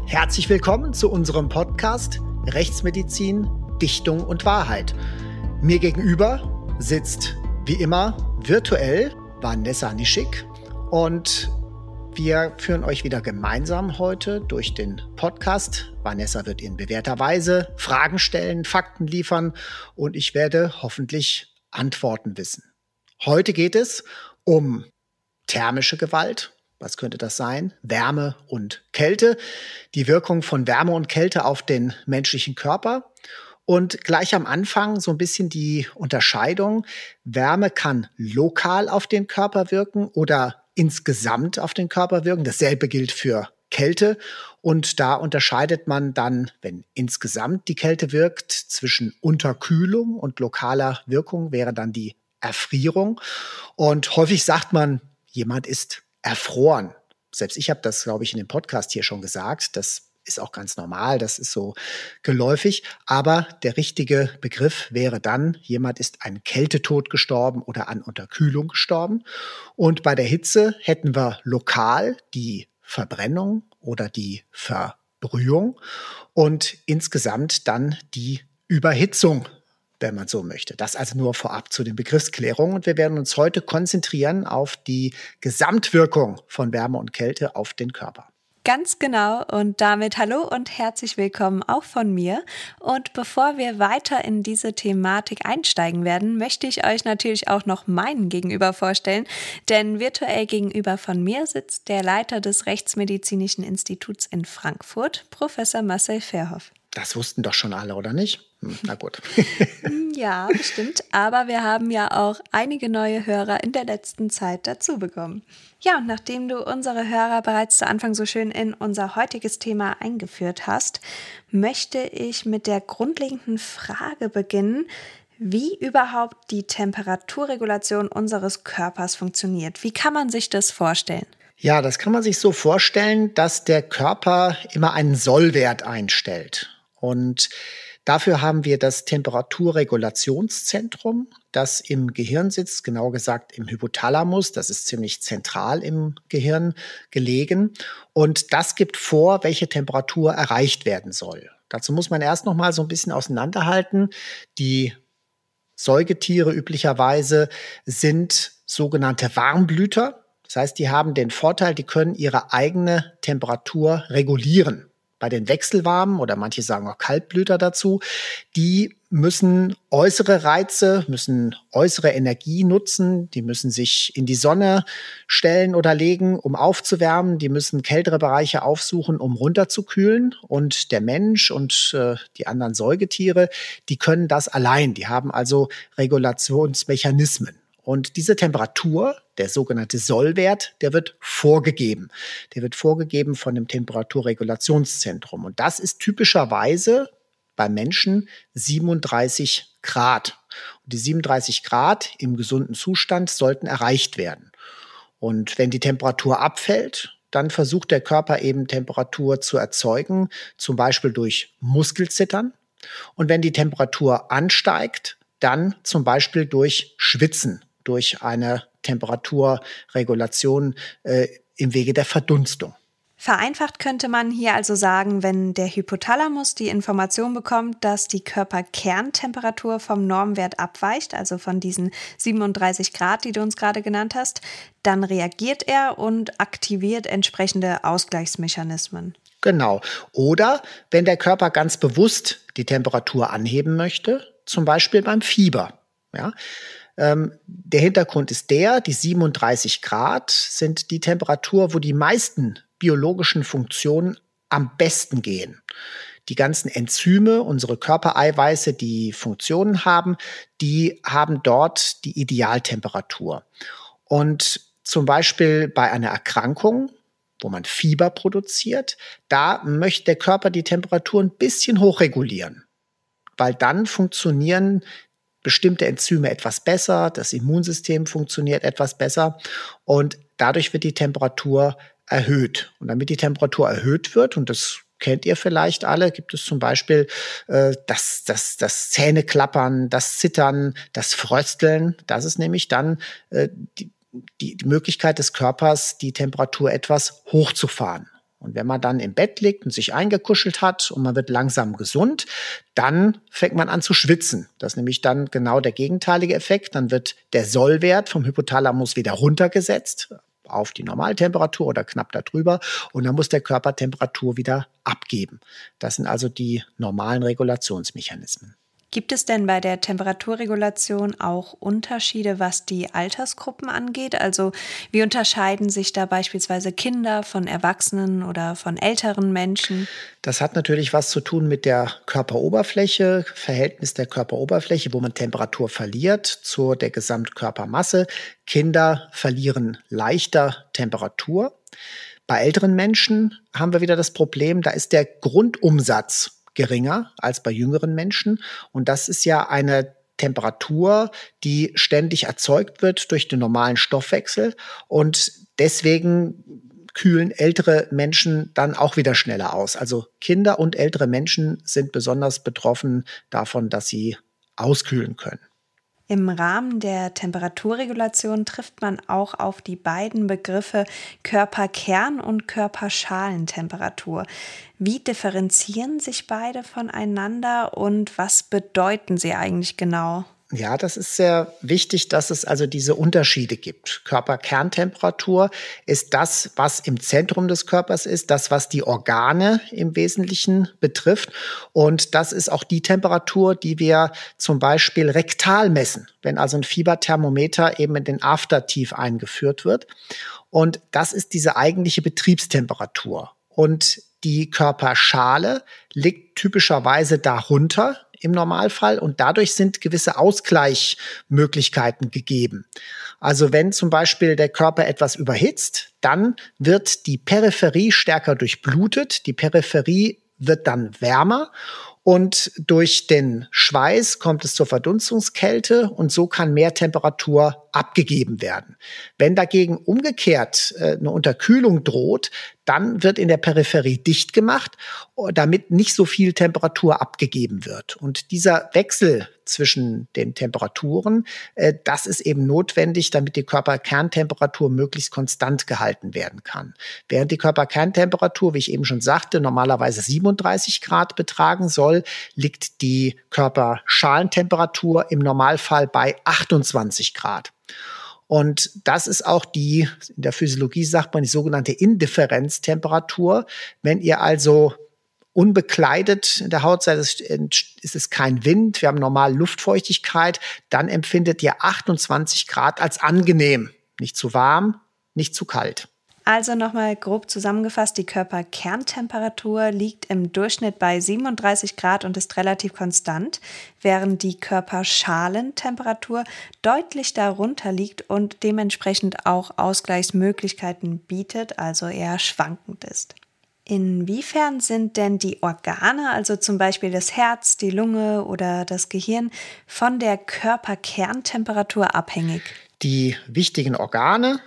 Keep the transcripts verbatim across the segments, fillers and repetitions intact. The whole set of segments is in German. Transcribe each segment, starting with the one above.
Herzlich willkommen zu unserem Podcast Rechtsmedizin, Dichtung und Wahrheit. Mir gegenüber sitzt wie immer virtuell Vanessa Nischig und wir führen euch wieder gemeinsam heute durch den Podcast. Vanessa wird in bewährter Weise Fragen stellen, Fakten liefern und ich werde hoffentlich Antworten wissen. Heute geht es um thermische Gewalt. Was könnte das sein? Wärme und Kälte. Die Wirkung von Wärme und Kälte auf den menschlichen Körper. Und gleich am Anfang so ein bisschen die Unterscheidung. Wärme kann lokal auf den Körper wirken oder insgesamt auf den Körper wirken. Dasselbe gilt für Kälte. Und da unterscheidet man dann, wenn insgesamt die Kälte wirkt, zwischen Unterkühlung und lokaler Wirkung wäre dann die Erfrierung. Und häufig sagt man, jemand ist erfroren. Selbst ich habe das, glaube ich, in dem Podcast hier schon gesagt. Das ist auch ganz normal, das ist so geläufig. Aber der richtige Begriff wäre dann, jemand ist an Kältetod gestorben oder an Unterkühlung gestorben. Und bei der Hitze hätten wir lokal die Verbrennung oder die Verbrühung und insgesamt dann die Überhitzung, wenn man so möchte. Das also nur vorab zu den Begriffsklärungen. Und wir werden uns heute konzentrieren auf die Gesamtwirkung von Wärme und Kälte auf den Körper. Ganz genau und damit hallo und herzlich willkommen auch von mir. Und bevor wir weiter in diese Thematik einsteigen werden, möchte ich euch natürlich auch noch meinen Gegenüber vorstellen, denn virtuell gegenüber von mir sitzt der Leiter des Rechtsmedizinischen Instituts in Frankfurt, Professor Marcel Verhoff. Das wussten doch schon alle, oder nicht? Hm, na gut. Ja, bestimmt. Aber wir haben ja auch einige neue Hörer in der letzten Zeit dazu bekommen. Ja, und nachdem du unsere Hörer bereits zu Anfang so schön in unser heutiges Thema eingeführt hast, möchte ich mit der grundlegenden Frage beginnen, wie überhaupt die Temperaturregulation unseres Körpers funktioniert. Wie kann man sich das vorstellen? Ja, das kann man sich so vorstellen, dass der Körper immer einen Sollwert einstellt. Und dafür haben wir das Temperaturregulationszentrum, das im Gehirn sitzt, genauer gesagt im Hypothalamus. Das ist ziemlich zentral im Gehirn gelegen. Und das gibt vor, welche Temperatur erreicht werden soll. Dazu muss man erst noch mal so ein bisschen auseinanderhalten. Die Säugetiere üblicherweise sind sogenannte Warmblüter. Das heißt, die haben den Vorteil, die können ihre eigene Temperatur regulieren. Bei den Wechselwarmen oder manche sagen auch Kaltblüter dazu, die müssen äußere Reize, müssen äußere Energie nutzen, die müssen sich in die Sonne stellen oder legen, um aufzuwärmen, die müssen kältere Bereiche aufsuchen, um runterzukühlen. Und der Mensch und äh, die anderen Säugetiere, die können das allein. Die haben also Regulationsmechanismen. Und diese Temperatur, der sogenannte Sollwert, der wird vorgegeben. Der wird vorgegeben von dem Temperaturregulationszentrum. Und das ist typischerweise bei Menschen siebenunddreißig Grad. Und die siebenunddreißig Grad im gesunden Zustand sollten erreicht werden. Und wenn die Temperatur abfällt, dann versucht der Körper eben Temperatur zu erzeugen, zum Beispiel durch Muskelzittern. Und wenn die Temperatur ansteigt, dann zum Beispiel durch Schwitzen, durch eine Temperaturregulation äh, im Wege der Verdunstung. Vereinfacht könnte man hier also sagen, wenn der Hypothalamus die Information bekommt, dass die Körperkerntemperatur vom Normwert abweicht, also von diesen siebenunddreißig Grad, die du uns gerade genannt hast, dann reagiert er und aktiviert entsprechende Ausgleichsmechanismen. Genau. Oder wenn der Körper ganz bewusst die Temperatur anheben möchte, zum Beispiel beim Fieber. Ja? Ähm, der Hintergrund ist der, die siebenunddreißig Grad sind die Temperatur, wo die meisten biologischen Funktionen am besten gehen. Die ganzen Enzyme, unsere Körpereiweiße, die Funktionen haben, die haben dort die Idealtemperatur. Und zum Beispiel bei einer Erkrankung, wo man Fieber produziert, da möchte der Körper die Temperatur ein bisschen hochregulieren, weil dann funktionieren bestimmte Enzyme etwas besser, das Immunsystem funktioniert etwas besser und dadurch wird die Temperatur erhöht. Und damit die Temperatur erhöht wird, und das kennt ihr vielleicht alle, gibt es zum Beispiel äh, das, das, das Zähneklappern, das Zittern, das Frösteln. Das ist nämlich dann äh, die, die, die Möglichkeit des Körpers, die Temperatur etwas hochzufahren. Und wenn man dann im Bett liegt und sich eingekuschelt hat und man wird langsam gesund, dann fängt man an zu schwitzen. Das ist nämlich dann genau der gegenteilige Effekt. Dann wird der Sollwert vom Hypothalamus wieder runtergesetzt auf die Normaltemperatur oder knapp darüber. Und dann muss der Körper Temperatur wieder abgeben. Das sind also die normalen Regulationsmechanismen. Gibt es denn bei der Temperaturregulation auch Unterschiede, was die Altersgruppen angeht? Also wie unterscheiden sich da beispielsweise Kinder von Erwachsenen oder von älteren Menschen? Das hat natürlich was zu tun mit der Körperoberfläche, Verhältnis der Körperoberfläche, wo man Temperatur verliert, zu der Gesamtkörpermasse. Kinder verlieren leichter Temperatur. Bei älteren Menschen haben wir wieder das Problem, da ist der Grundumsatz geringer als bei jüngeren Menschen. Und das ist ja eine Temperatur, die ständig erzeugt wird durch den normalen Stoffwechsel. Und deswegen kühlen ältere Menschen dann auch wieder schneller aus. Also Kinder und ältere Menschen sind besonders betroffen davon, dass sie auskühlen können. Im Rahmen der Temperaturregulation trifft man auch auf die beiden Begriffe Körperkern- und Körperschalentemperatur. Wie differenzieren sich beide voneinander und was bedeuten sie eigentlich genau? Ja, das ist sehr wichtig, dass es also diese Unterschiede gibt. Körperkerntemperatur ist das, was im Zentrum des Körpers ist, das, was die Organe im Wesentlichen betrifft. Und das ist auch die Temperatur, die wir zum Beispiel rektal messen, wenn also ein Fieberthermometer eben in den Aftertief eingeführt wird. Und das ist diese eigentliche Betriebstemperatur. Und die Körperschale liegt typischerweise darunter im Normalfall und dadurch sind gewisse Ausgleichmöglichkeiten gegeben. Also wenn zum Beispiel der Körper etwas überhitzt, dann wird die Peripherie stärker durchblutet, die Peripherie wird dann wärmer und durch den Schweiß kommt es zur Verdunstungskälte und so kann mehr Temperatur abgegeben werden. Wenn dagegen umgekehrt äh, eine Unterkühlung droht, dann wird in der Peripherie dicht gemacht, damit nicht so viel Temperatur abgegeben wird. Und dieser Wechsel zwischen den Temperaturen, äh, das ist eben notwendig, damit die Körperkerntemperatur möglichst konstant gehalten werden kann. Während die Körperkerntemperatur, wie ich eben schon sagte, normalerweise siebenunddreißig Grad betragen soll, liegt die Körperschalentemperatur im Normalfall bei achtundzwanzig Grad. Und das ist auch die, in der Physiologie sagt man, die sogenannte Indifferenztemperatur. Wenn ihr also unbekleidet in der Haut seid, ist es kein Wind, wir haben normal Luftfeuchtigkeit, dann empfindet ihr achtundzwanzig Grad als angenehm. Nicht zu warm, nicht zu kalt. Also nochmal grob zusammengefasst, die Körperkerntemperatur liegt im Durchschnitt bei siebenunddreißig Grad und ist relativ konstant, während die Körperschalentemperatur deutlich darunter liegt und dementsprechend auch Ausgleichsmöglichkeiten bietet, also eher schwankend ist. Inwiefern sind denn die Organe, also zum Beispiel das Herz, die Lunge oder das Gehirn, von der Körperkerntemperatur abhängig? Die wichtigen Organe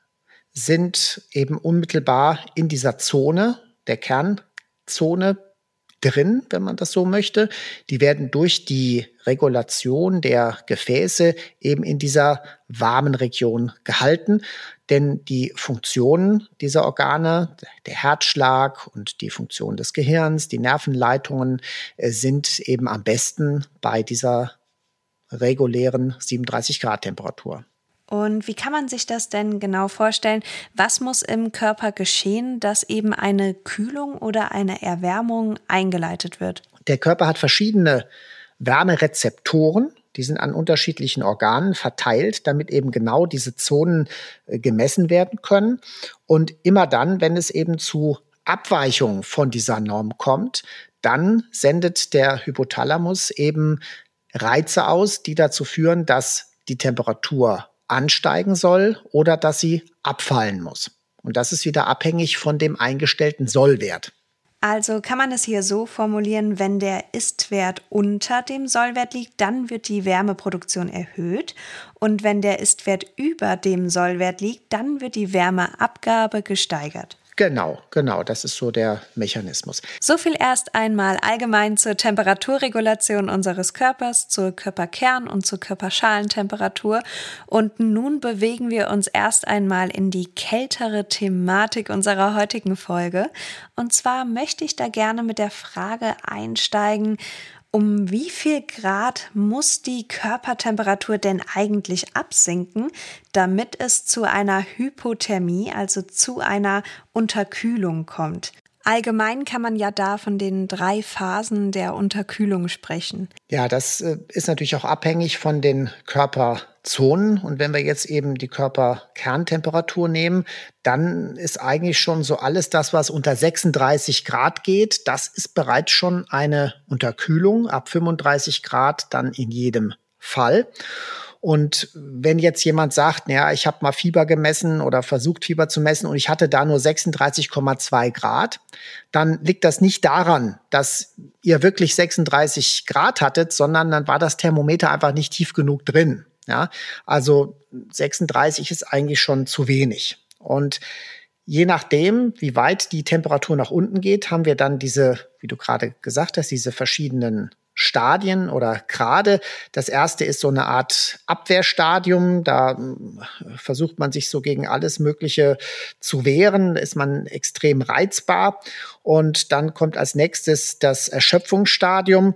sind eben unmittelbar in dieser Zone, der Kernzone drin, wenn man das so möchte. Die werden durch die Regulation der Gefäße eben in dieser warmen Region gehalten. Denn die Funktionen dieser Organe, der Herzschlag und die Funktion des Gehirns, die Nervenleitungen sind eben am besten bei dieser regulären siebenunddreißig Grad Temperatur. Und wie kann man sich das denn genau vorstellen? Was muss im Körper geschehen, dass eben eine Kühlung oder eine Erwärmung eingeleitet wird? Der Körper hat verschiedene Wärmerezeptoren, die sind an unterschiedlichen Organen verteilt, damit eben genau diese Zonen äh, gemessen werden können. Und immer dann, wenn es eben zu Abweichungen von dieser Norm kommt, dann sendet der Hypothalamus eben Reize aus, die dazu führen, dass die Temperatur ansteigen soll oder dass sie abfallen muss. Und das ist wieder abhängig von dem eingestellten Sollwert. Also kann man es hier so formulieren, wenn der Ist-Wert unter dem Sollwert liegt, dann wird die Wärmeproduktion erhöht. Und wenn der Ist-Wert über dem Sollwert liegt, dann wird die Wärmeabgabe gesteigert. Genau, genau, das ist so der Mechanismus. So viel erst einmal allgemein zur Temperaturregulation unseres Körpers, zur Körperkern- und zur Körperschalentemperatur. Und nun bewegen wir uns erst einmal in die kältere Thematik unserer heutigen Folge. Und zwar möchte ich da gerne mit der Frage einsteigen: Um wie viel Grad muss die Körpertemperatur denn eigentlich absinken, damit es zu einer Hypothermie, also zu einer Unterkühlung kommt? Allgemein kann man ja da von den drei Phasen der Unterkühlung sprechen. Ja, das äh, ist natürlich auch abhängig von den Körperzonen. Und wenn wir jetzt eben die Körperkerntemperatur nehmen, dann ist eigentlich schon so alles das, was unter sechsunddreißig Grad geht, das ist bereits schon eine Unterkühlung. Ab fünfunddreißig Grad dann in jedem Fall. Und wenn jetzt jemand sagt, naja, ich habe mal Fieber gemessen oder versucht Fieber zu messen und ich hatte da nur sechsunddreißig Komma zwei Grad, dann liegt das nicht daran, dass ihr wirklich sechsunddreißig Grad hattet, sondern dann war das Thermometer einfach nicht tief genug drin. Ja, also sechsunddreißig ist eigentlich schon zu wenig. Und je nachdem, wie weit die Temperatur nach unten geht, haben wir dann diese, wie du gerade gesagt hast, diese verschiedenen Stadien oder Grade. Das erste ist so eine Art Abwehrstadium. Da äh, versucht man sich so gegen alles Mögliche zu wehren. Da ist man extrem reizbar. Und dann kommt als nächstes das Erschöpfungsstadium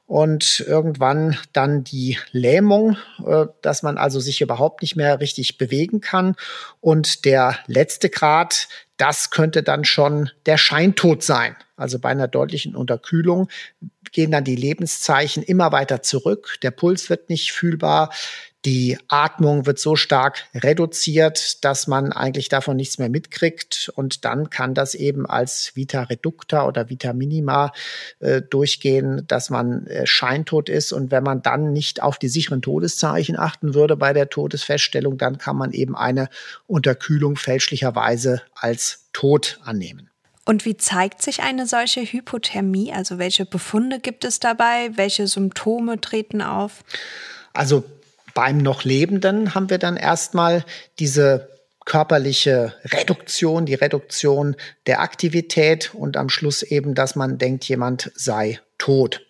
und irgendwann dann die Lähmung, äh, dass man also sich überhaupt nicht mehr richtig bewegen kann. Und der letzte Grad, das könnte dann schon der Scheintod sein. Also bei einer deutlichen Unterkühlung gehen dann die Lebenszeichen immer weiter zurück. Der Puls wird nicht fühlbar. Die Atmung wird so stark reduziert, dass man eigentlich davon nichts mehr mitkriegt. Und dann kann das eben als Vita reducta oder Vita minima äh, durchgehen, dass man äh, scheintot ist. Und wenn man dann nicht auf die sicheren Todeszeichen achten würde bei der Todesfeststellung, dann kann man eben eine Unterkühlung fälschlicherweise als tot annehmen. Und wie zeigt sich eine solche Hypothermie? Also welche Befunde gibt es dabei? Welche Symptome treten auf? Also beim noch Lebenden haben wir dann erstmal diese körperliche Reduktion, die Reduktion der Aktivität und am Schluss eben, dass man denkt, jemand sei tot.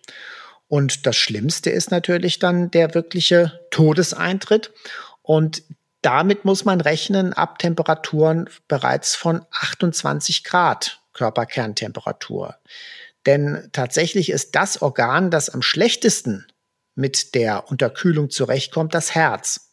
Und das Schlimmste ist natürlich dann der wirkliche Todeseintritt. Und damit muss man rechnen ab Temperaturen bereits von achtundzwanzig Grad Körperkerntemperatur. Denn tatsächlich ist das Organ, das am schlechtesten mit der Unterkühlung zurechtkommt, das Herz.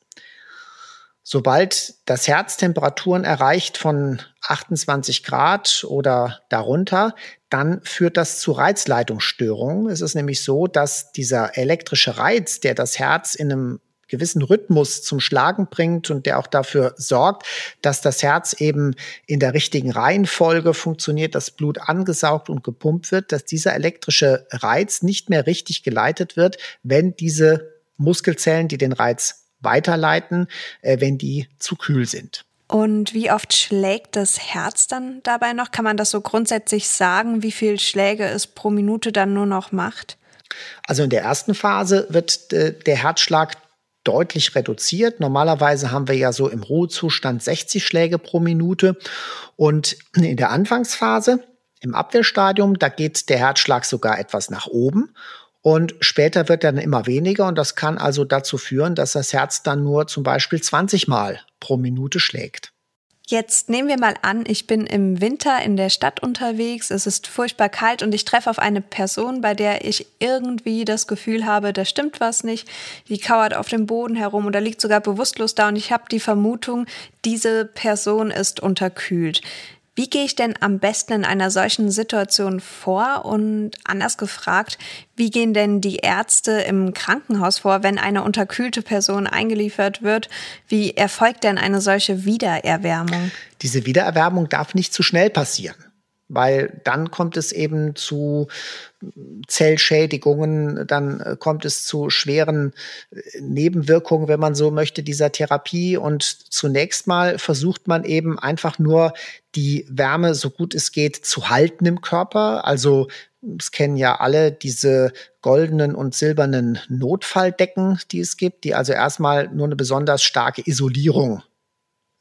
Sobald das Herz Temperaturen erreicht von achtundzwanzig Grad oder darunter, dann führt das zu Reizleitungsstörungen. Es ist nämlich so, dass dieser elektrische Reiz, der das Herz in einem gewissen Rhythmus zum Schlagen bringt und der auch dafür sorgt, dass das Herz eben in der richtigen Reihenfolge funktioniert, das Blut angesaugt und gepumpt wird, dass dieser elektrische Reiz nicht mehr richtig geleitet wird, wenn diese Muskelzellen, die den Reiz weiterleiten, äh, wenn die zu kühl sind. Und wie oft schlägt das Herz dann dabei noch? Kann man das so grundsätzlich sagen, wie viel Schläge es pro Minute dann nur noch macht? Also in der ersten Phase wird äh, der Herzschlag deutlich reduziert. Normalerweise haben wir ja so im Ruhezustand sechzig Schläge pro Minute. Und in der Anfangsphase, im Abwehrstadium, da geht der Herzschlag sogar etwas nach oben. Und später wird er dann immer weniger. Und das kann also dazu führen, dass das Herz dann nur zum Beispiel zwanzig Mal pro Minute schlägt. Jetzt nehmen wir mal an, ich bin im Winter in der Stadt unterwegs, es ist furchtbar kalt und ich treffe auf eine Person, bei der ich irgendwie das Gefühl habe, da stimmt was nicht. Die kauert auf dem Boden herum oder liegt sogar bewusstlos da und ich habe die Vermutung, diese Person ist unterkühlt. Wie gehe ich denn am besten in einer solchen Situation vor? Und anders gefragt, wie gehen denn die Ärzte im Krankenhaus vor, wenn eine unterkühlte Person eingeliefert wird? Wie erfolgt denn eine solche Wiedererwärmung? Diese Wiedererwärmung darf nicht zu schnell passieren, weil dann kommt es eben zu Zellschädigungen, dann kommt es zu schweren Nebenwirkungen, wenn man so möchte, dieser Therapie. Und zunächst mal versucht man eben einfach nur die Wärme, so gut es geht, zu halten im Körper. Also es kennen ja alle diese goldenen und silbernen Notfalldecken, die es gibt, die also erstmal nur eine besonders starke Isolierung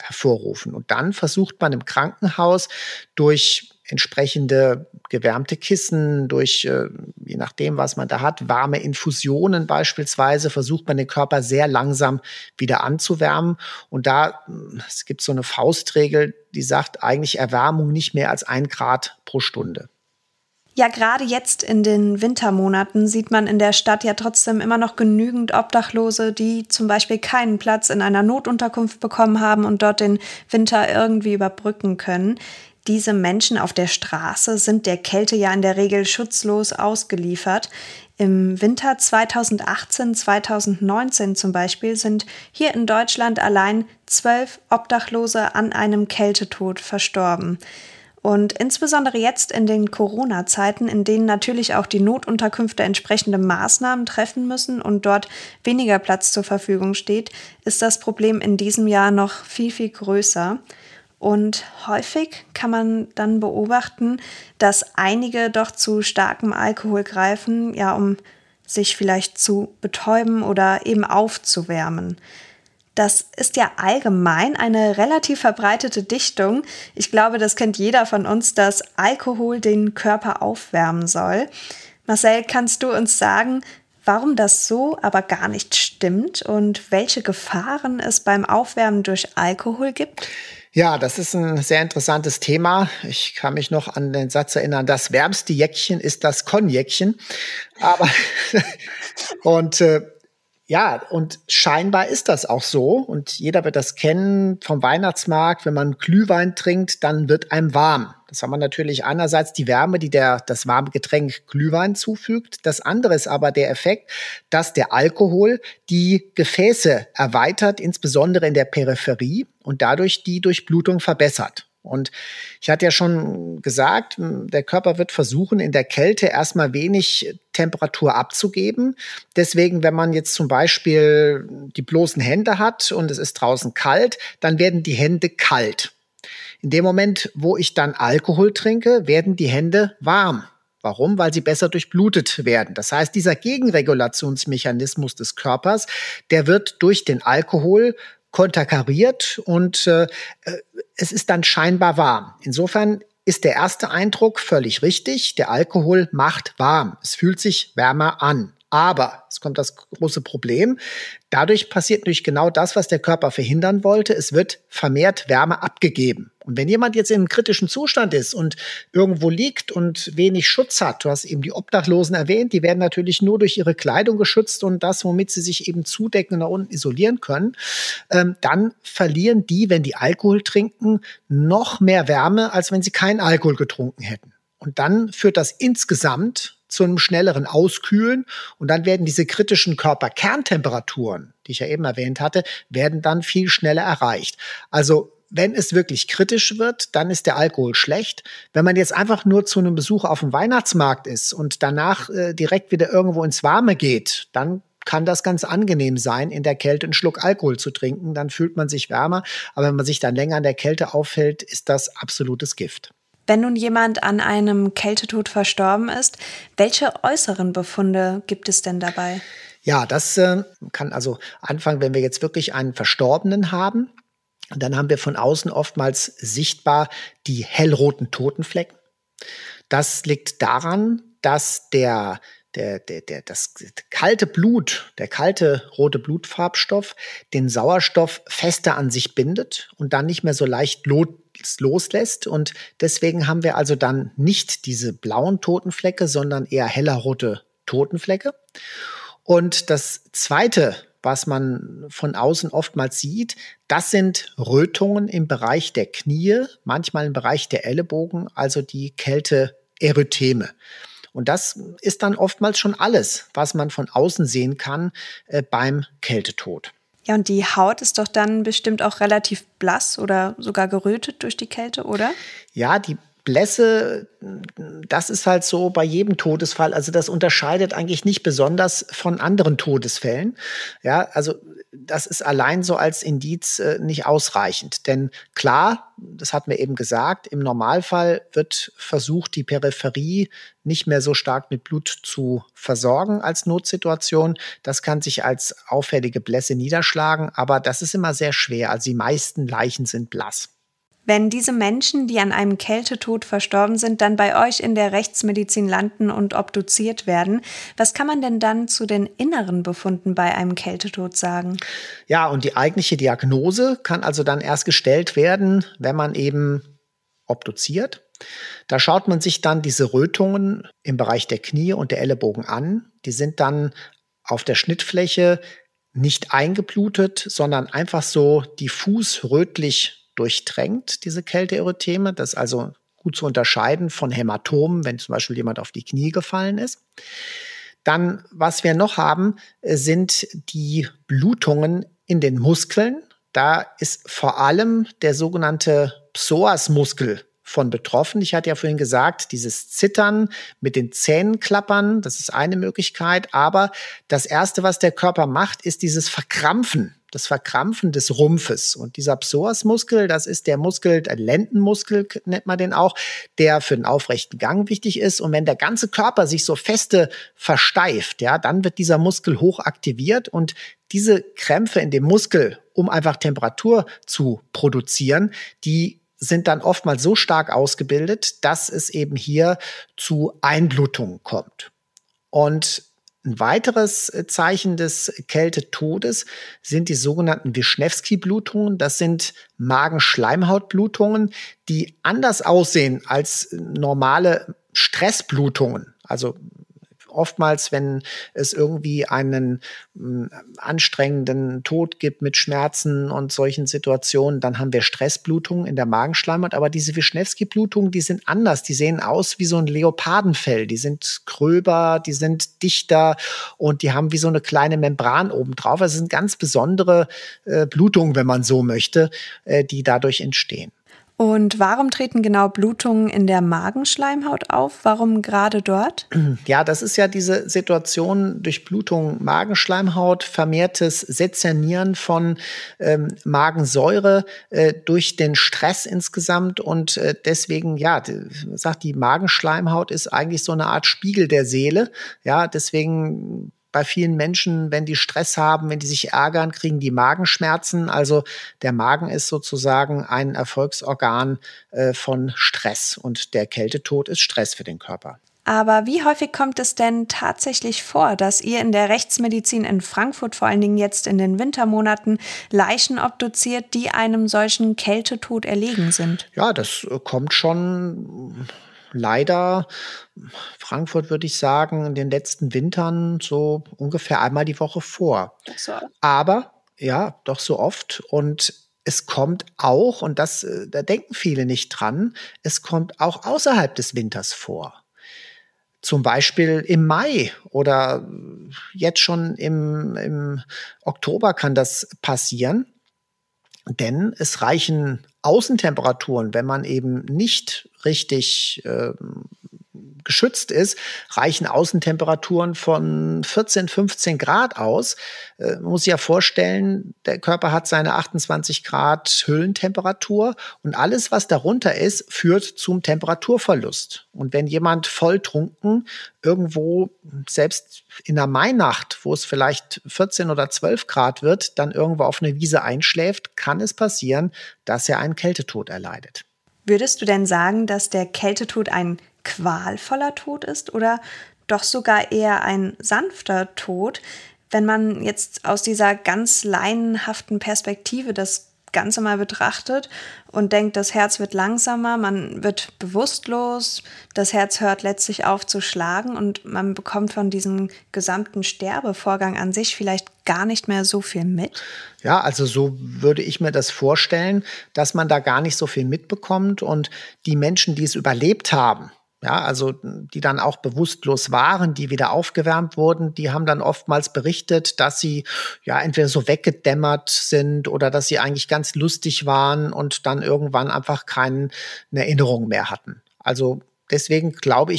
hervorrufen. Und dann versucht man im Krankenhaus durch entsprechende gewärmte Kissen, durch, äh, je nachdem, was man da hat, warme Infusionen beispielsweise, versucht man den Körper sehr langsam wieder anzuwärmen. Und da, es gibt so eine Faustregel, die sagt eigentlich Erwärmung nicht mehr als ein Grad pro Stunde. Ja, gerade jetzt in den Wintermonaten sieht man in der Stadt ja trotzdem immer noch genügend Obdachlose, die zum Beispiel keinen Platz in einer Notunterkunft bekommen haben und dort den Winter irgendwie überbrücken können. Diese Menschen auf der Straße sind der Kälte ja in der Regel schutzlos ausgeliefert. Im Winter zweitausendachtzehn, zweitausendneunzehn zum Beispiel sind hier in Deutschland allein zwölf Obdachlose an einem Kältetod verstorben. Und insbesondere jetzt in den Corona-Zeiten, in denen natürlich auch die Notunterkünfte entsprechende Maßnahmen treffen müssen und dort weniger Platz zur Verfügung steht, ist das Problem in diesem Jahr noch viel, viel größer. Und häufig kann man dann beobachten, dass einige doch zu starkem Alkohol greifen, ja, um sich vielleicht zu betäuben oder eben aufzuwärmen. Das ist ja allgemein eine relativ verbreitete Dichtung. Ich glaube, das kennt jeder von uns, dass Alkohol den Körper aufwärmen soll. Marcel, kannst du uns sagen, warum das so aber gar nicht stimmt und welche Gefahren es beim Aufwärmen durch Alkohol gibt? Ja, das ist ein sehr interessantes Thema. Ich kann mich noch an den Satz erinnern, das wärmste Jäckchen ist das Konjäckchen. Aber und äh, ja, und scheinbar ist das auch so. Und jeder wird das kennen vom Weihnachtsmarkt. Wenn man Glühwein trinkt, dann wird einem warm. Das haben wir natürlich einerseits die Wärme, die der, das warme Getränk Glühwein zufügt. Das andere ist aber der Effekt, dass der Alkohol die Gefäße erweitert, insbesondere in der Peripherie und dadurch die Durchblutung verbessert. Und ich hatte ja schon gesagt, der Körper wird versuchen, in der Kälte erstmal wenig Temperatur abzugeben. Deswegen, wenn man jetzt zum Beispiel die bloßen Hände hat und es ist draußen kalt, dann werden die Hände kalt. In dem Moment, wo ich dann Alkohol trinke, werden die Hände warm. Warum? Weil sie besser durchblutet werden. Das heißt, dieser Gegenregulationsmechanismus des Körpers, der wird durch den Alkohol konterkariert und äh, es ist dann scheinbar warm. Insofern ist der erste Eindruck völlig richtig. Der Alkohol macht warm. Es fühlt sich wärmer an. Aber, es kommt das große Problem, dadurch passiert natürlich genau das, was der Körper verhindern wollte. Es wird vermehrt Wärme abgegeben. Und wenn jemand jetzt in einem kritischen Zustand ist und irgendwo liegt und wenig Schutz hat, du hast eben die Obdachlosen erwähnt, die werden natürlich nur durch ihre Kleidung geschützt und das, womit sie sich eben zudecken und nach unten isolieren können, ähm, dann verlieren die, wenn die Alkohol trinken, noch mehr Wärme, als wenn sie keinen Alkohol getrunken hätten. Und dann führt das insgesamt zu einem schnelleren Auskühlen und dann werden diese kritischen Körperkerntemperaturen, die ich ja eben erwähnt hatte, werden dann viel schneller erreicht. Also wenn es wirklich kritisch wird, dann ist der Alkohol schlecht. Wenn man jetzt einfach nur zu einem Besuch auf dem Weihnachtsmarkt ist und danach äh, direkt wieder irgendwo ins Warme geht, dann kann das ganz angenehm sein, in der Kälte einen Schluck Alkohol zu trinken. Dann fühlt man sich wärmer. Aber wenn man sich dann länger in der Kälte aufhält, ist das absolutes Gift. Wenn nun jemand an einem Kältetod verstorben ist, welche äußeren Befunde gibt es denn dabei? Ja, das äh, kann also anfangen, wenn wir jetzt wirklich einen Verstorbenen haben. Dann haben wir von außen oftmals sichtbar die hellroten Totenflecken. Das liegt daran, dass der Der, der, der, das kalte Blut, der kalte rote Blutfarbstoff, den Sauerstoff fester an sich bindet und dann nicht mehr so leicht lo- loslässt. Und deswegen haben wir also dann nicht diese blauen Totenflecke, sondern eher heller rote Totenflecke. Und das Zweite, was man von außen oftmals sieht, das sind Rötungen im Bereich der Knie, manchmal im Bereich der Ellenbogen, also die Kälteerytheme. Und das ist dann oftmals schon alles, was man von außen sehen kann äh, beim Kältetod. Ja, und die Haut ist doch dann bestimmt auch relativ blass oder sogar gerötet durch die Kälte, oder? Ja, die Blässe, das ist halt so bei jedem Todesfall. Also das unterscheidet eigentlich nicht besonders von anderen Todesfällen. Ja, also das ist allein so als Indiz äh, nicht ausreichend. Denn klar, das hatten wir eben gesagt, im Normalfall wird versucht, die Peripherie nicht mehr so stark mit Blut zu versorgen als Notsituation. Das kann sich als auffällige Blässe niederschlagen, aber das ist immer sehr schwer. Also die meisten Leichen sind blass. Wenn diese Menschen, die an einem Kältetod verstorben sind, dann bei euch in der Rechtsmedizin landen und obduziert werden, was kann man denn dann zu den inneren Befunden bei einem Kältetod sagen? Ja, und die eigentliche Diagnose kann also dann erst gestellt werden, wenn man eben obduziert. Da schaut man sich dann diese Rötungen im Bereich der Knie und der Ellenbogen an. Die sind dann auf der Schnittfläche nicht eingeblutet, sondern einfach so diffus rötlich durchtränkt, diese Kälteerytheme. Das ist also gut zu unterscheiden von Hämatomen, wenn zum Beispiel jemand auf die Knie gefallen ist. Dann, was wir noch haben, sind die Blutungen in den Muskeln. Da ist vor allem der sogenannte Psoasmuskel von betroffen. Ich hatte ja vorhin gesagt, dieses Zittern mit den Zähnen klappern, das ist eine Möglichkeit. Aber das Erste, was der Körper macht, ist dieses Verkrampfen. Das Verkrampfen des Rumpfes. Und dieser Psoasmuskel, das ist der Muskel, der Lendenmuskel nennt man den auch, der für den aufrechten Gang wichtig ist. Und wenn der ganze Körper sich so feste versteift, ja, dann wird dieser Muskel hoch aktiviert und diese Krämpfe in dem Muskel, um einfach Temperatur zu produzieren, die sind dann oftmals so stark ausgebildet, dass es eben hier zu Einblutungen kommt. Und ein weiteres Zeichen des Kältetodes sind die sogenannten Wischnewski-Blutungen. Das sind Magenschleimhautblutungen, die anders aussehen als normale Stressblutungen. Also oftmals, wenn es irgendwie einen äh, anstrengenden Tod gibt mit Schmerzen und solchen Situationen, dann haben wir Stressblutungen in der Magenschleimhaut. Aber diese Wischnewski-Blutungen, die sind anders. Die sehen aus wie so ein Leopardenfell. Die sind gröber, die sind dichter und die haben wie so eine kleine Membran obendrauf. Also es sind ganz besondere äh, Blutungen, wenn man so möchte, äh, die dadurch entstehen. Und warum treten genau Blutungen in der Magenschleimhaut auf? Warum gerade dort? Ja, das ist ja diese Situation durch Blutung Magenschleimhaut, vermehrtes Sezernieren von ähm, Magensäure äh, durch den Stress insgesamt. Und äh, deswegen, ja, die, sagt die Magenschleimhaut ist eigentlich so eine Art Spiegel der Seele. Ja, deswegen bei vielen Menschen, wenn die Stress haben, wenn die sich ärgern, kriegen die Magenschmerzen. Also der Magen ist sozusagen ein Erfolgsorgan äh, von Stress. Und der Kältetod ist Stress für den Körper. Aber wie häufig kommt es denn tatsächlich vor, dass ihr in der Rechtsmedizin in Frankfurt, vor allen Dingen jetzt in den Wintermonaten, Leichen obduziert, die einem solchen Kältetod erlegen sind? Ja, das kommt schon leider, Frankfurt würde ich sagen, in den letzten Wintern so ungefähr einmal die Woche vor. So. Aber ja, doch so oft. Und es kommt auch, und das, da denken viele nicht dran, es kommt auch außerhalb des Winters vor. Zum Beispiel im Mai oder jetzt schon im, im Oktober kann das passieren. Denn es reichen Außentemperaturen, wenn man eben nicht richtig äh, geschützt ist, reichen Außentemperaturen von vierzehn, fünfzehn Grad aus. Äh, man muss sich ja vorstellen, der Körper hat seine achtundzwanzig Grad Hüllentemperatur und alles, was darunter ist, führt zum Temperaturverlust. Und wenn jemand volltrunken irgendwo, selbst in der Mainacht, wo es vielleicht vierzehn oder zwölf Grad wird, dann irgendwo auf einer Wiese einschläft, kann es passieren, dass er einen Kältetod erleidet. Würdest du denn sagen, dass der Kältetod ein qualvoller Tod ist oder doch sogar eher ein sanfter Tod, wenn man jetzt aus dieser ganz laienhaften Perspektive das Ganze mal betrachtet und denkt, das Herz wird langsamer, man wird bewusstlos, das Herz hört letztlich auf zu schlagen und man bekommt von diesem gesamten Sterbevorgang an sich vielleicht gar nicht mehr so viel mit? Ja, also so würde ich mir das vorstellen, dass man da gar nicht so viel mitbekommt und die Menschen, die es überlebt haben, ja, also die dann auch bewusstlos waren, die wieder aufgewärmt wurden, die haben dann oftmals berichtet, dass sie ja entweder so weggedämmert sind oder dass sie eigentlich ganz lustig waren und dann irgendwann einfach keine Erinnerung mehr hatten. Also deswegen glaube ich, der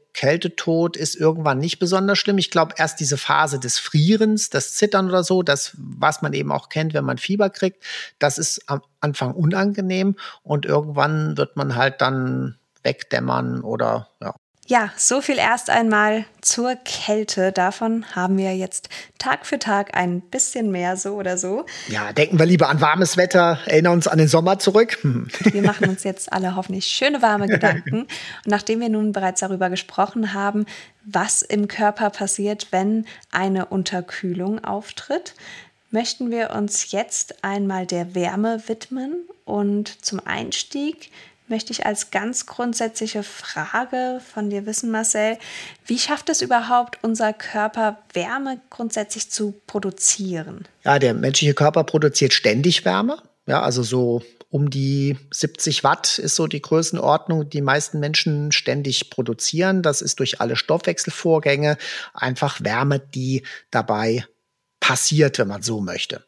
Kältetod ist irgendwann nicht besonders schlimm. Ich glaube, erst diese Phase des Frierens, das Zittern oder so, das, was man eben auch kennt, wenn man Fieber kriegt, das ist am Anfang unangenehm und irgendwann wird man halt dann wegdämmern oder ja. Ja, so viel erst einmal zur Kälte. Davon haben wir jetzt Tag für Tag ein bisschen mehr, so oder so. Ja, denken wir lieber an warmes Wetter, erinnern uns an den Sommer zurück. Hm. Wir machen uns jetzt alle hoffentlich schöne, warme Gedanken. Und nachdem wir nun bereits darüber gesprochen haben, was im Körper passiert, wenn eine Unterkühlung auftritt, möchten wir uns jetzt einmal der Wärme widmen. Und zum Einstieg möchte ich als ganz grundsätzliche Frage von dir wissen, Marcel, wie schafft es überhaupt unser Körper, Wärme grundsätzlich zu produzieren? Ja, der menschliche Körper produziert ständig Wärme. Ja, also so um die siebzig Watt ist so die Größenordnung, die die meisten Menschen ständig produzieren. Das ist durch alle Stoffwechselvorgänge einfach Wärme, die dabei passiert, wenn man so möchte.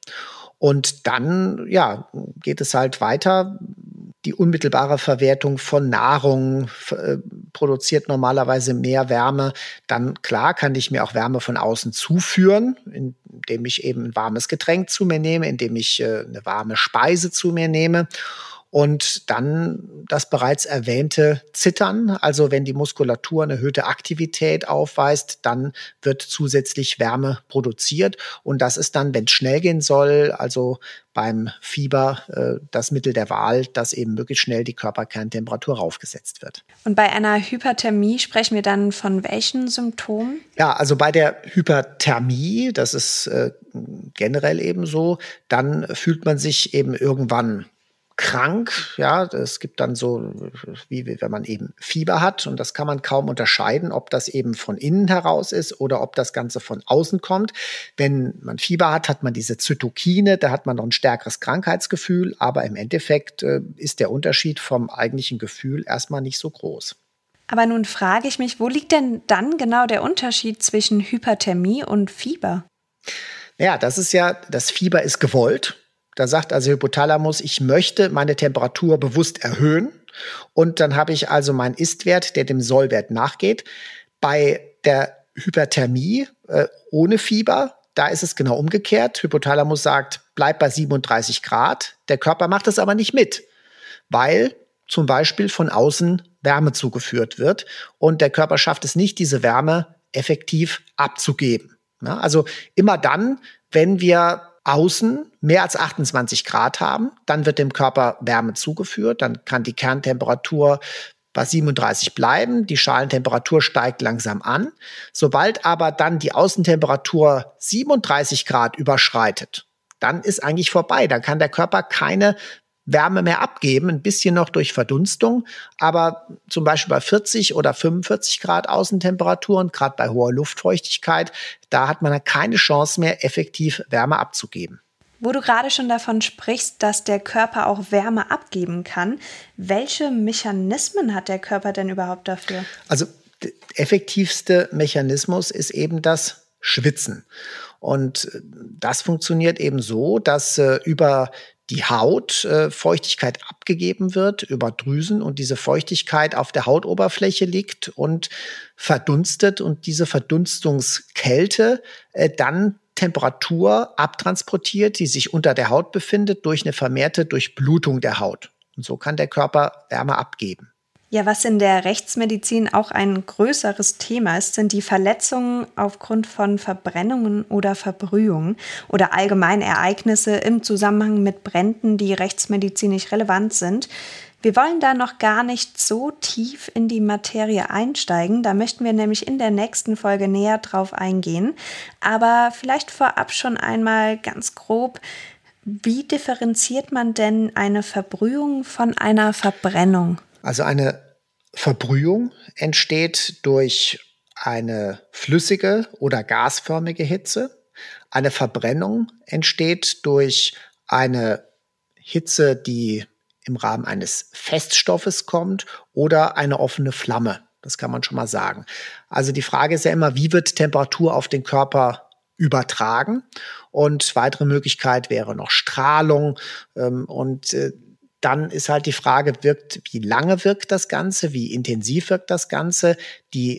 Und dann, ja, geht es halt weiter. Die unmittelbare Verwertung von Nahrung äh, produziert normalerweise mehr Wärme. Dann, klar, kann ich mir auch Wärme von außen zuführen, indem ich eben ein warmes Getränk zu mir nehme, indem ich äh, eine warme Speise zu mir nehme. Und dann das bereits erwähnte Zittern, also wenn die Muskulatur eine erhöhte Aktivität aufweist, dann wird zusätzlich Wärme produziert. Und das ist dann, wenn es schnell gehen soll, also beim Fieber äh, das Mittel der Wahl, dass eben möglichst schnell die Körperkerntemperatur raufgesetzt wird. Und bei einer Hyperthermie sprechen wir dann von welchen Symptomen? Ja, also bei der Hyperthermie, das ist äh, generell eben so, dann fühlt man sich eben irgendwann krank, ja, es gibt dann so, wie, wie wenn man eben Fieber hat und das kann man kaum unterscheiden, ob das eben von innen heraus ist oder ob das Ganze von außen kommt. Wenn man Fieber hat, hat man diese Zytokine, da hat man noch ein stärkeres Krankheitsgefühl, aber im Endeffekt äh, ist der Unterschied vom eigentlichen Gefühl erstmal nicht so groß. Aber nun frage ich mich, wo liegt denn dann genau der Unterschied zwischen Hyperthermie und Fieber? Ja, das ist ja, das Fieber ist gewollt. Da sagt also Hypothalamus, ich möchte meine Temperatur bewusst erhöhen. Und dann habe ich also meinen Ist-Wert, der dem Soll-Wert nachgeht. Bei der Hyperthermie äh, ohne Fieber, da ist es genau umgekehrt. Hypothalamus sagt, bleib bei siebenunddreißig Grad. Der Körper macht das aber nicht mit, weil zum Beispiel von außen Wärme zugeführt wird. Und der Körper schafft es nicht, diese Wärme effektiv abzugeben. Ja, also immer dann, wenn wir außen mehr als achtundzwanzig Grad haben, dann wird dem Körper Wärme zugeführt, dann kann die Kerntemperatur bei siebenunddreißig bleiben, die Schalentemperatur steigt langsam an. Sobald aber dann die Außentemperatur siebenunddreißig Grad überschreitet, dann ist eigentlich vorbei, dann kann der Körper keine Wärme mehr abgeben, ein bisschen noch durch Verdunstung, aber zum Beispiel bei vierzig oder fünfundvierzig Grad Außentemperaturen, gerade bei hoher Luftfeuchtigkeit, da hat man keine Chance mehr, effektiv Wärme abzugeben. Wo du gerade schon davon sprichst, dass der Körper auch Wärme abgeben kann, welche Mechanismen hat der Körper denn überhaupt dafür? Also der effektivste Mechanismus ist eben das Schwitzen. Und das funktioniert eben so, dass äh, über die Haut äh, Feuchtigkeit abgegeben wird über Drüsen und diese Feuchtigkeit auf der Hautoberfläche liegt und verdunstet und diese Verdunstungskälte äh, dann Temperatur abtransportiert, die sich unter der Haut befindet, durch eine vermehrte Durchblutung der Haut. Und so kann der Körper Wärme abgeben. Ja, was in der Rechtsmedizin auch ein größeres Thema ist, sind die Verletzungen aufgrund von Verbrennungen oder Verbrühungen oder allgemein Ereignisse im Zusammenhang mit Bränden, die rechtsmedizinisch relevant sind. Wir wollen da noch gar nicht so tief in die Materie einsteigen, da möchten wir nämlich in der nächsten Folge näher drauf eingehen. Aber vielleicht vorab schon einmal ganz grob, wie differenziert man denn eine Verbrühung von einer Verbrennung? Also eine Verbrühung entsteht durch eine flüssige oder gasförmige Hitze. Eine Verbrennung entsteht durch eine Hitze, die im Rahmen eines Feststoffes kommt oder eine offene Flamme. Das kann man schon mal sagen. Also die Frage ist ja immer, wie wird Temperatur auf den Körper übertragen? Und weitere Möglichkeit wäre noch Strahlung ähm, und äh, Dann ist halt die Frage, wirkt, wie lange wirkt das Ganze, wie intensiv wirkt das Ganze? Die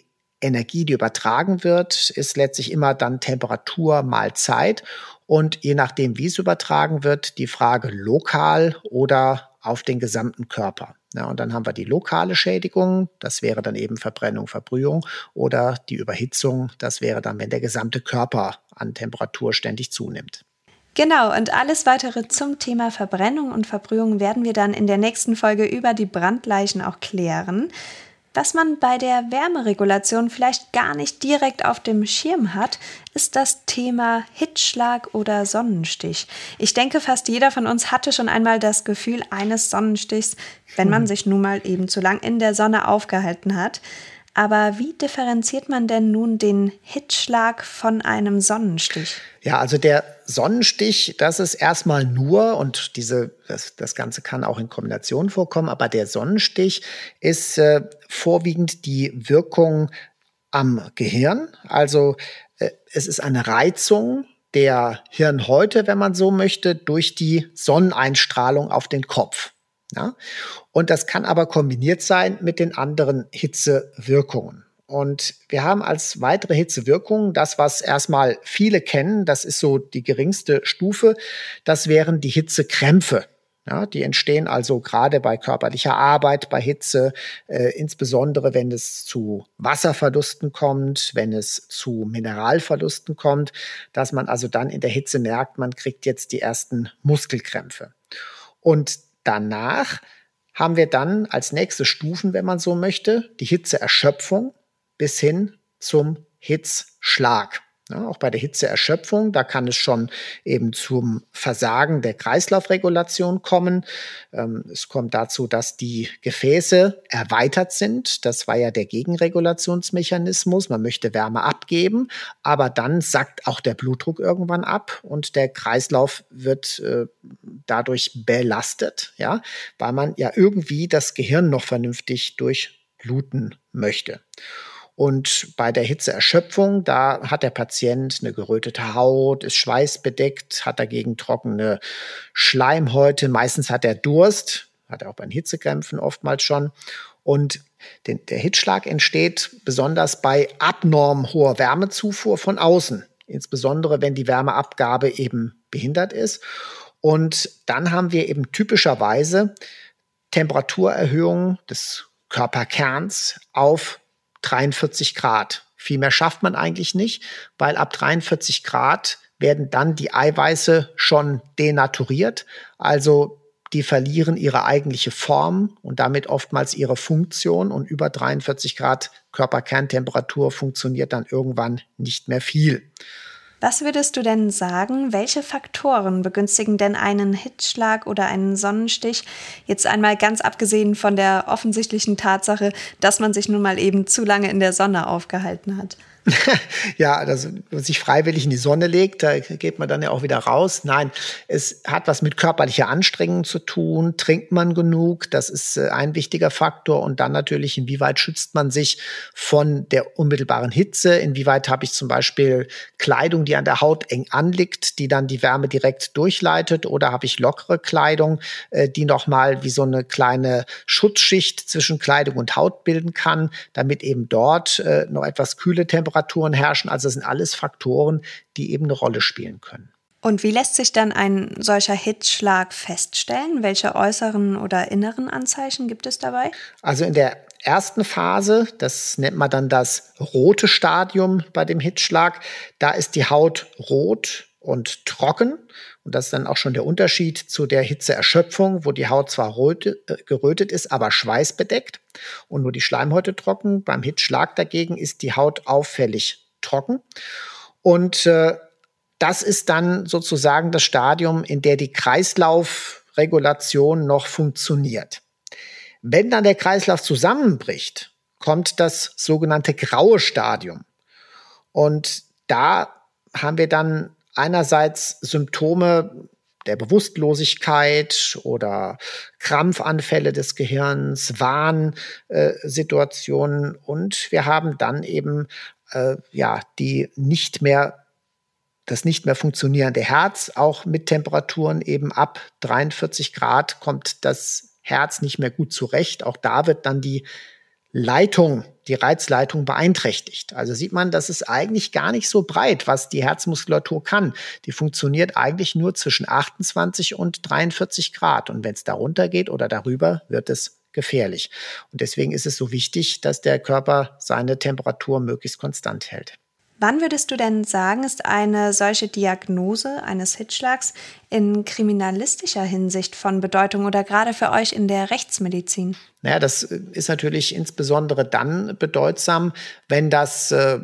Energie, die übertragen wird, ist letztlich immer dann Temperatur mal Zeit. Und je nachdem, wie es übertragen wird, die Frage lokal oder auf den gesamten Körper. Ja, und dann haben wir die lokale Schädigung, das wäre dann eben Verbrennung, Verbrühung, oder die Überhitzung, das wäre dann, wenn der gesamte Körper an Temperatur ständig zunimmt. Genau, und alles weitere zum Thema Verbrennung und Verbrühung werden wir dann in der nächsten Folge über die Brandleichen auch klären. Was man bei der Wärmeregulation vielleicht gar nicht direkt auf dem Schirm hat, ist das Thema Hitzschlag oder Sonnenstich. Ich denke, fast jeder von uns hatte schon einmal das Gefühl eines Sonnenstichs, wenn man sich nun mal eben zu lang in der Sonne aufgehalten hat. Aber wie differenziert man denn nun den Hitzschlag von einem Sonnenstich? Ja, also der Sonnenstich, das ist erstmal nur, und diese, das, das Ganze kann auch in Kombination vorkommen, aber der Sonnenstich ist äh, vorwiegend die Wirkung am Gehirn. Also äh, es ist eine Reizung der Hirnhäute, wenn man so möchte, durch die Sonneneinstrahlung auf den Kopf. Ja? Und das kann aber kombiniert sein mit den anderen Hitzewirkungen. Und wir haben als weitere Hitzewirkungen das, was erstmal viele kennen, das ist so die geringste Stufe, das wären die Hitzekrämpfe. Ja, die entstehen also gerade bei körperlicher Arbeit, bei Hitze, äh, insbesondere wenn es zu Wasserverlusten kommt, wenn es zu Mineralverlusten kommt, dass man also dann in der Hitze merkt, man kriegt jetzt die ersten Muskelkrämpfe. Und danach haben wir dann als nächste Stufen, wenn man so möchte, die Hitzeerschöpfung bis hin zum Hitzschlag. Ja, auch bei der Hitzeerschöpfung, da kann es schon eben zum Versagen der Kreislaufregulation kommen. Ähm, es kommt dazu, dass die Gefäße erweitert sind. Das war ja der Gegenregulationsmechanismus. Man möchte Wärme abgeben, aber dann sackt auch der Blutdruck irgendwann ab und der Kreislauf wird äh, dadurch belastet, ja, weil man ja irgendwie das Gehirn noch vernünftig durchbluten möchte. Und bei der Hitzeerschöpfung, da hat der Patient eine gerötete Haut, ist schweißbedeckt, hat dagegen trockene Schleimhäute. Meistens hat er Durst, hat er auch bei den Hitzekrämpfen oftmals schon. Und den, der Hitzschlag entsteht besonders bei abnorm hoher Wärmezufuhr von außen, insbesondere wenn die Wärmeabgabe eben behindert ist. Und dann haben wir eben typischerweise Temperaturerhöhungen des Körperkerns auf dreiundvierzig Grad. Viel mehr schafft man eigentlich nicht, weil ab dreiundvierzig Grad werden dann die Eiweiße schon denaturiert. Also die verlieren ihre eigentliche Form und damit oftmals ihre Funktion. Und über dreiundvierzig Grad Körperkerntemperatur funktioniert dann irgendwann nicht mehr viel. Was würdest du denn sagen, welche Faktoren begünstigen denn einen Hitzschlag oder einen Sonnenstich? Jetzt einmal ganz abgesehen von der offensichtlichen Tatsache, dass man sich nun mal eben zu lange in der Sonne aufgehalten hat. Ja, dass man sich freiwillig in die Sonne legt, da geht man dann ja auch wieder raus. Nein, es hat was mit körperlicher Anstrengung zu tun. Trinkt man genug? Das ist ein wichtiger Faktor. Und dann natürlich, inwieweit schützt man sich von der unmittelbaren Hitze? Inwieweit habe ich zum Beispiel Kleidung, die an der Haut eng anliegt, die dann die Wärme direkt durchleitet? Oder habe ich lockere Kleidung, die nochmal wie so eine kleine Schutzschicht zwischen Kleidung und Haut bilden kann, damit eben dort noch etwas kühle Temperaturen Temperaturen herrschen. Also das sind alles Faktoren, die eben eine Rolle spielen können. Und wie lässt sich dann ein solcher Hitzschlag feststellen? Welche äußeren oder inneren Anzeichen gibt es dabei? Also in der ersten Phase, das nennt man dann das rote Stadium bei dem Hitzschlag, da ist die Haut rot und trocken. Und das ist dann auch schon der Unterschied zu der Hitzeerschöpfung, wo die Haut zwar rot, äh, gerötet ist, aber schweißbedeckt und nur die Schleimhäute trocken. Beim Hitzschlag dagegen ist die Haut auffällig trocken. Und äh, das ist dann sozusagen das Stadium, in der die Kreislaufregulation noch funktioniert. Wenn dann der Kreislauf zusammenbricht, kommt das sogenannte graue Stadium. Und da haben wir dann einerseits Symptome der Bewusstlosigkeit oder Krampfanfälle des Gehirns, Warnsituationen, äh, und wir haben dann eben äh, ja die nicht mehr das nicht mehr funktionierende Herz, auch mit Temperaturen eben ab dreiundvierzig Grad kommt das Herz nicht mehr gut zurecht. Auch da wird dann die Leitung die Reizleitung beeinträchtigt. Also sieht man, das ist eigentlich gar nicht so breit, was die Herzmuskulatur kann. Die funktioniert eigentlich nur zwischen achtundzwanzig und dreiundvierzig Grad. Und wenn es darunter geht oder darüber, wird es gefährlich. Und deswegen ist es so wichtig, dass der Körper seine Temperatur möglichst konstant hält. Wann würdest du denn sagen, ist eine solche Diagnose eines Hitzschlags in kriminalistischer Hinsicht von Bedeutung oder gerade für euch in der Rechtsmedizin? Naja, das ist natürlich insbesondere dann bedeutsam, wenn das äh,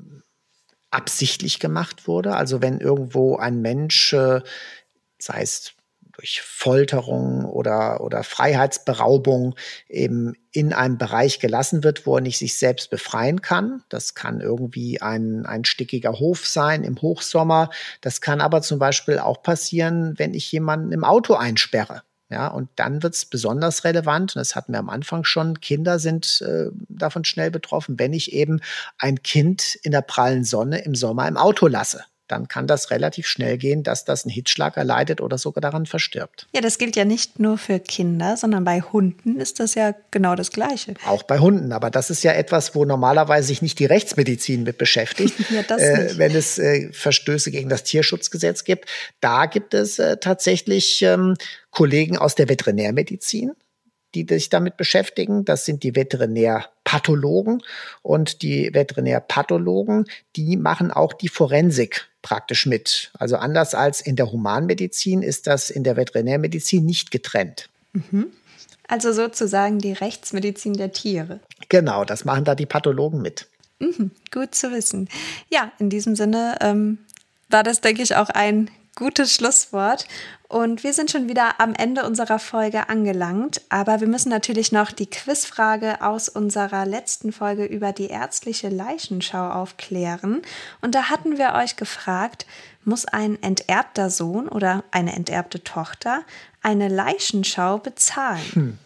absichtlich gemacht wurde. Also wenn irgendwo ein Mensch, äh, sei es durch Folterung oder, oder Freiheitsberaubung eben in einem Bereich gelassen wird, wo er nicht sich selbst befreien kann. Das kann irgendwie ein, ein stickiger Hof sein im Hochsommer. Das kann aber zum Beispiel auch passieren, wenn ich jemanden im Auto einsperre. Ja, und dann wird es besonders relevant, und das hatten wir am Anfang schon, Kinder sind äh, davon schnell betroffen, wenn ich eben ein Kind in der prallen Sonne im Sommer im Auto lasse. Dann kann das relativ schnell gehen, dass das einen Hitzschlag erleidet oder sogar daran verstirbt. Ja, das gilt ja nicht nur für Kinder, sondern bei Hunden ist das ja genau das Gleiche. Auch bei Hunden, aber das ist ja etwas, wo normalerweise sich nicht die Rechtsmedizin mit beschäftigt, ja, das äh, nicht. wenn es äh, Verstöße gegen das Tierschutzgesetz gibt. Da gibt es äh, tatsächlich ähm, Kollegen aus der Veterinärmedizin, die sich damit beschäftigen. Das sind die Veterinärpathologen. Und die Veterinärpathologen, die machen auch die Forensik praktisch mit. Also anders als in der Humanmedizin ist das in der Veterinärmedizin nicht getrennt. Mhm. Also sozusagen die Rechtsmedizin der Tiere. Genau, das machen da die Pathologen mit. Mhm, gut zu wissen. Ja, in diesem Sinne ähm, war das, denke ich, auch ein gutes Schlusswort. Und wir sind schon wieder am Ende unserer Folge angelangt, aber wir müssen natürlich noch die Quizfrage aus unserer letzten Folge über die ärztliche Leichenschau aufklären. Und da hatten wir euch gefragt, muss ein enterbter Sohn oder eine enterbte Tochter eine Leichenschau bezahlen? Hm.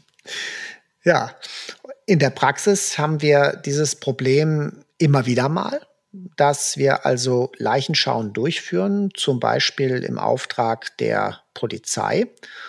Ja, in der Praxis haben wir dieses Problem immer wieder mal, dass wir also Leichenschauen durchführen, zum Beispiel im Auftrag der Polizei.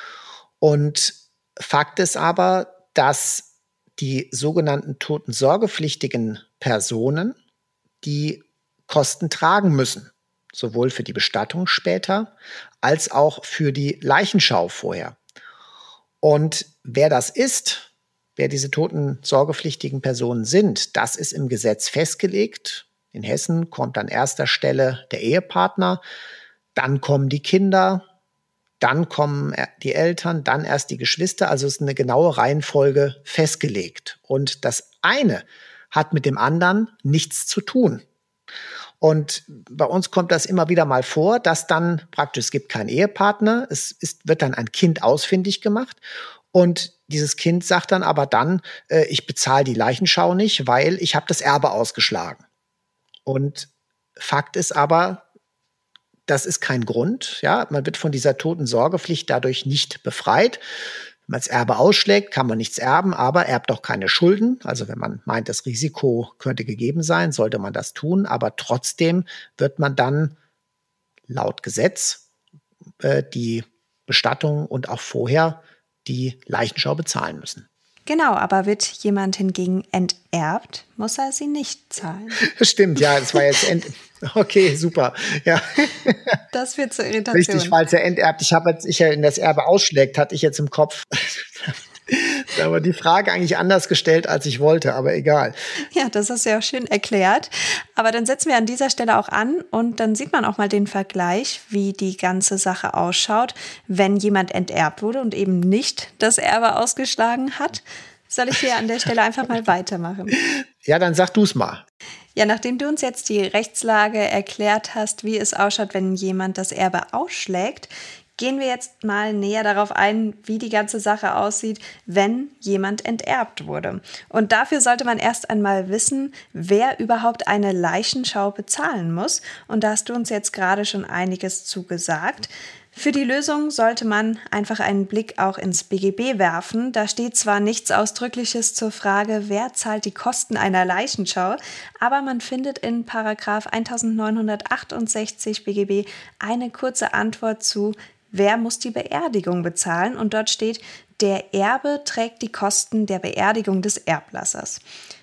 Und Fakt ist aber, dass die sogenannten totensorgepflichtigen Personen die Kosten tragen müssen, sowohl für die Bestattung später als auch für die Leichenschau vorher. Und wer das ist, wer diese totensorgepflichtigen Personen sind, das ist im Gesetz festgelegt. In Hessen kommt an erster Stelle der Ehepartner, dann kommen die Kinder, dann kommen die Eltern, dann erst die Geschwister. Also ist eine genaue Reihenfolge festgelegt. Und das eine hat mit dem anderen nichts zu tun. Und bei uns kommt das immer wieder mal vor, dass dann praktisch, es gibt keinen Ehepartner, es ist, wird dann ein Kind ausfindig gemacht. Und dieses Kind sagt dann aber dann, äh, ich bezahle die Leichenschau nicht, weil ich habe das Erbe ausgeschlagen. Und Fakt ist aber, das ist kein Grund. Ja, man wird von dieser Totensorgepflicht dadurch nicht befreit. Wenn man das Erbe ausschlägt, kann man nichts erben, aber erbt auch keine Schulden. Also wenn man meint, das Risiko könnte gegeben sein, sollte man das tun. Aber trotzdem wird man dann laut Gesetz äh, die Bestattung und auch vorher die Leichenschau bezahlen müssen. Genau, aber wird jemand hingegen enterbt, muss er sie nicht zahlen. Stimmt, ja, das war jetzt ent okay, super. Ja. Das wird zur Irritation. Richtig, falls er enterbt. Ich habe jetzt, ich ja in das Erbe ausschlägt, hatte ich jetzt im Kopf. Da war die Frage eigentlich anders gestellt, als ich wollte, aber egal. Ja, das hast du ja auch schön erklärt. Aber dann setzen wir an dieser Stelle auch an und dann sieht man auch mal den Vergleich, wie die ganze Sache ausschaut, wenn jemand enterbt wurde und eben nicht das Erbe ausgeschlagen hat. Soll ich hier an der Stelle einfach mal weitermachen? Ja, dann sag du's mal. Ja, nachdem du uns jetzt die Rechtslage erklärt hast, wie es ausschaut, wenn jemand das Erbe ausschlägt, gehen wir jetzt mal näher darauf ein, wie die ganze Sache aussieht, wenn jemand enterbt wurde. Und dafür sollte man erst einmal wissen, wer überhaupt eine Leichenschau bezahlen muss. Und da hast du uns jetzt gerade schon einiges zugesagt. Für die Lösung sollte man einfach einen Blick auch ins B G B werfen. Da steht zwar nichts Ausdrückliches zur Frage, wer zahlt die Kosten einer Leichenschau, aber man findet in Paragraph neunzehnhundertachtundsechzig B G B eine kurze Antwort zu, wer muss die Beerdigung bezahlen? Und dort steht, der Erbe trägt die Kosten der Beerdigung des Erblassers.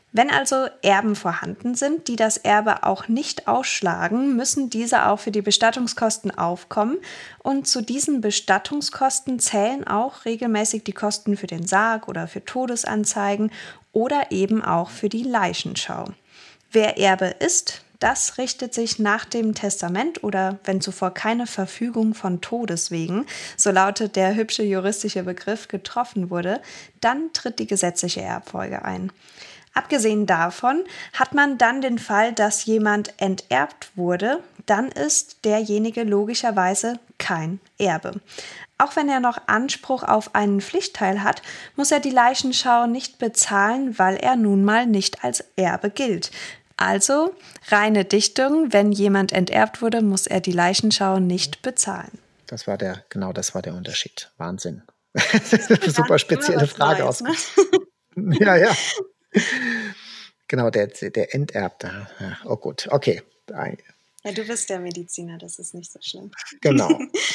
Wenn also Erben vorhanden sind, die das Erbe auch nicht ausschlagen, müssen diese auch für die Bestattungskosten aufkommen. Und zu diesen Bestattungskosten zählen auch regelmäßig die Kosten für den Sarg oder für Todesanzeigen oder eben auch für die Leichenschau. Wer Erbe ist, das richtet sich nach dem Testament oder wenn zuvor keine Verfügung von Todes wegen, so lautet der hübsche juristische Begriff, getroffen wurde, dann tritt die gesetzliche Erbfolge ein. Abgesehen davon hat man dann den Fall, dass jemand enterbt wurde, dann ist derjenige logischerweise kein Erbe. Auch wenn er noch Anspruch auf einen Pflichtteil hat, muss er die Leichenschau nicht bezahlen, weil er nun mal nicht als Erbe gilt. Also reine Dichtung, wenn jemand enterbt wurde, muss er die Leichenschau nicht bezahlen. Das war der, genau das war der Unterschied. Wahnsinn. Das ist eine super spezielle Frage aus. Ne? Ja, ja. Genau, der, der Enterbte. Ja, oh gut, okay. Ja, du bist der Mediziner, das ist nicht so schlimm. Genau.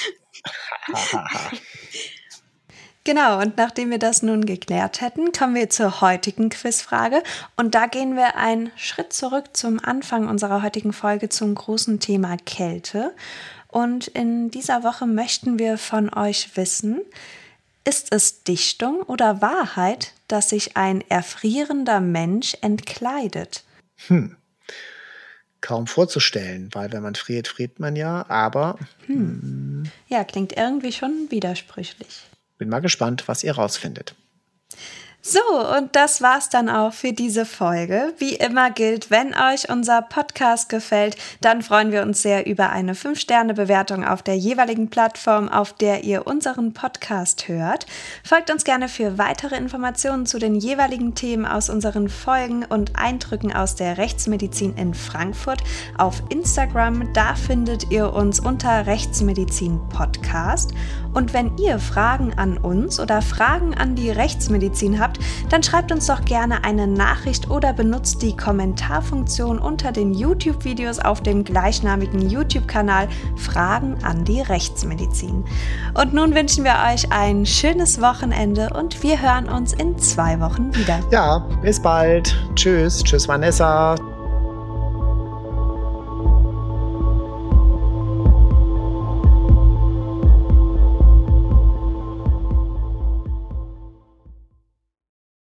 Genau, und nachdem wir das nun geklärt hätten, kommen wir zur heutigen Quizfrage. Und da gehen wir einen Schritt zurück zum Anfang unserer heutigen Folge zum großen Thema Kälte. Und in dieser Woche möchten wir von euch wissen, ist es Dichtung oder Wahrheit, dass sich ein erfrierender Mensch entkleidet? Hm. Kaum vorzustellen, weil wenn man friert, friert man ja, aber... Hm. Hm. Ja, klingt irgendwie schon widersprüchlich. Bin mal gespannt, was ihr rausfindet. So, und das war's dann auch für diese Folge. Wie immer gilt, wenn euch unser Podcast gefällt, dann freuen wir uns sehr über eine fünf Sterne Bewertung auf der jeweiligen Plattform, auf der ihr unseren Podcast hört. Folgt uns gerne für weitere Informationen zu den jeweiligen Themen aus unseren Folgen und Eindrücken aus der Rechtsmedizin in Frankfurt auf Instagram. Da findet ihr uns unter Rechtsmedizin Podcast. Und wenn ihr Fragen an uns oder Fragen an die Rechtsmedizin habt, dann schreibt uns doch gerne eine Nachricht oder benutzt die Kommentarfunktion unter den YouTube-Videos auf dem gleichnamigen YouTube-Kanal Fragen an die Rechtsmedizin. Und nun wünschen wir euch ein schönes Wochenende und wir hören uns in zwei Wochen wieder. Ja, bis bald. Tschüss. Tschüss, Vanessa.